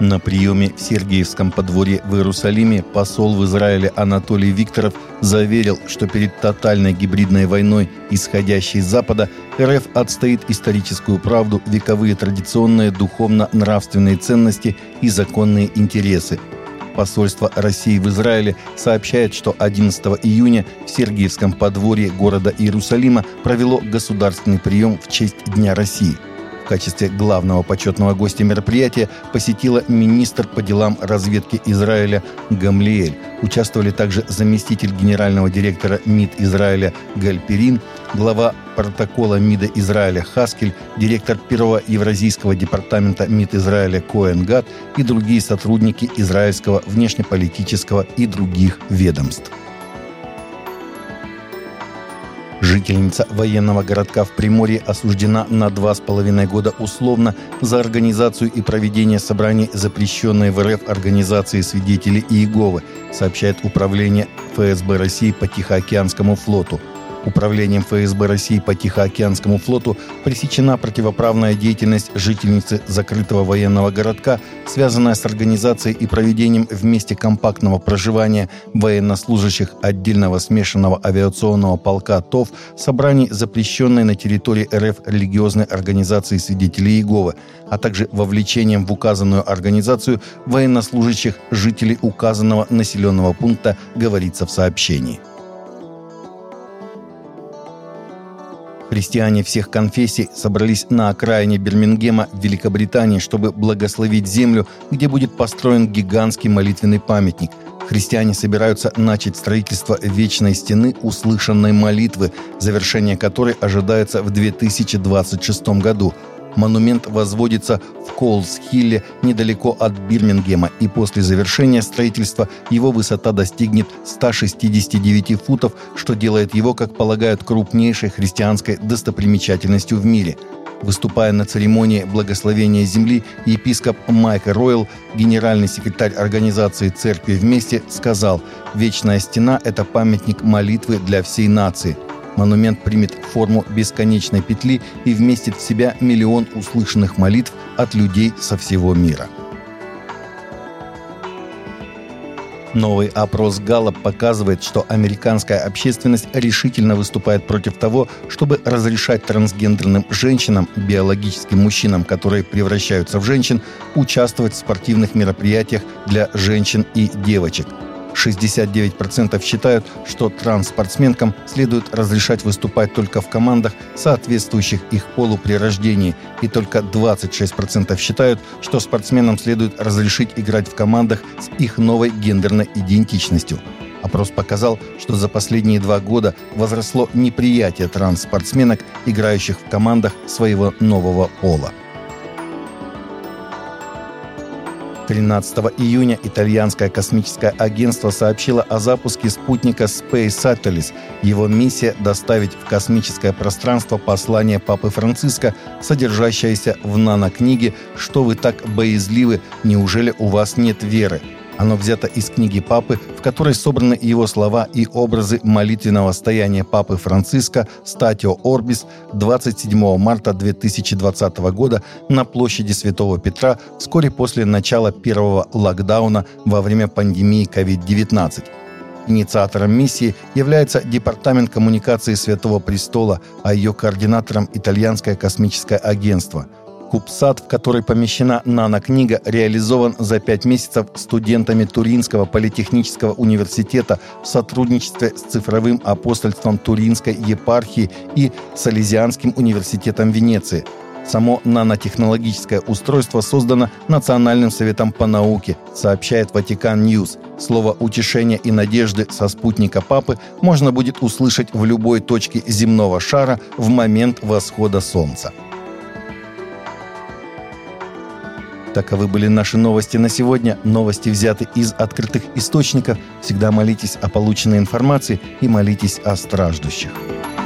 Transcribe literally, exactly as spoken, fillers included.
На приеме в Сергиевском подворье в Иерусалиме посол в Израиле Анатолий Викторов заверил, что перед тотальной гибридной войной, исходящей с Запада, РФ отстоит историческую правду, вековые традиционные духовно-нравственные ценности и законные интересы. Посольство России в Израиле сообщает, что одиннадцатого июня в Сергиевском подворье города Иерусалима провело государственный прием в честь Дня России. В качестве главного почетного гостя мероприятия посетила министр по делам разведки Израиля Гамлиэль. Участвовали также заместитель генерального директора МИД Израиля Галь Перин, глава протокола МИДа Израиля Хаскель, директор первого евразийского департамента МИД Израиля Коэн Гад и другие сотрудники израильского внешнеполитического и других ведомств. Жительница военного городка в Приморье осуждена на два с половиной года условно за организацию и проведение собраний запрещенной в РФ организации свидетелей Иеговы, сообщает Управление ФСБ России по Тихоокеанскому флоту. Управлением ФСБ России по Тихоокеанскому флоту пресечена противоправная деятельность жительницы закрытого военного городка, связанная с организацией и проведением в месте компактного проживания военнослужащих отдельного смешанного авиационного полка ТОВ собраний, запрещенной на территории РФ религиозной организации свидетелей Иеговы, а также вовлечением в указанную организацию военнослужащих жителей указанного населенного пункта, говорится в сообщении. Христиане всех конфессий собрались на окраине Бирмингема в Великобритании, чтобы благословить землю, где будет построен гигантский молитвенный памятник. Христиане собираются начать строительство вечной стены услышанной молитвы, завершение которой ожидается в две тысячи двадцать шестом году. Монумент возводится в Коулс-Хилле, недалеко от Бирмингема, и после завершения строительства его высота достигнет ста шестидесяти девяти футов, что делает его, как полагают, крупнейшей христианской достопримечательностью в мире. Выступая на церемонии благословения земли, епископ Майк Ройл, генеральный секретарь организации «Церкви вместе», сказал: «Вечная стена – это памятник молитвы для всей нации». Монумент примет форму бесконечной петли и вместит в себя миллион услышанных молитв от людей со всего мира. Новый опрос Галлап показывает, что американская общественность решительно выступает против того, чтобы разрешать трансгендерным женщинам, биологическим мужчинам, которые превращаются в женщин, участвовать в спортивных мероприятиях для женщин и девочек. шестьдесят девять процентов считают, что трансспортсменкам следует разрешать выступать только в командах, соответствующих их полу при рождении, и только двадцать шесть процентов считают, что спортсменам следует разрешить играть в командах с их новой гендерной идентичностью. Опрос показал, что за последние два года возросло неприятие трансспортсменок, играющих в командах своего нового пола. тринадцатого июня итальянское космическое агентство сообщило о запуске спутника Space Satellis. Его миссия – доставить в космическое пространство послание Папы Франциска, содержащееся в нанокниге «Что вы так боязливы? Неужели у вас нет веры?». Оно взято из книги Папы, в которой собраны его слова и образы молитвенного стояния Папы Франциска «Статио Орбис» двадцать седьмого марта две тысячи двадцатого года на площади Святого Петра вскоре после начала первого локдауна во время пандемии ковид девятнадцать. Инициатором миссии является Департамент коммуникации Святого Престола, а ее координатором – Итальянское космическое агентство. Кубсат, в который помещена нанокнига, реализован за пять месяцев студентами Туринского политехнического университета в сотрудничестве с Цифровым апостольством Туринской епархии и Салезианским университетом Венеции. Само нанотехнологическое устройство создано Национальным советом по науке, сообщает Ватикан Ньюс. Слово утешения и надежды со спутника Папы можно будет услышать в любой точке земного шара в момент восхода солнца. Таковы были наши новости на сегодня. Новости взяты из открытых источников. Всегда молитесь о полученной информации и молитесь о страждущих.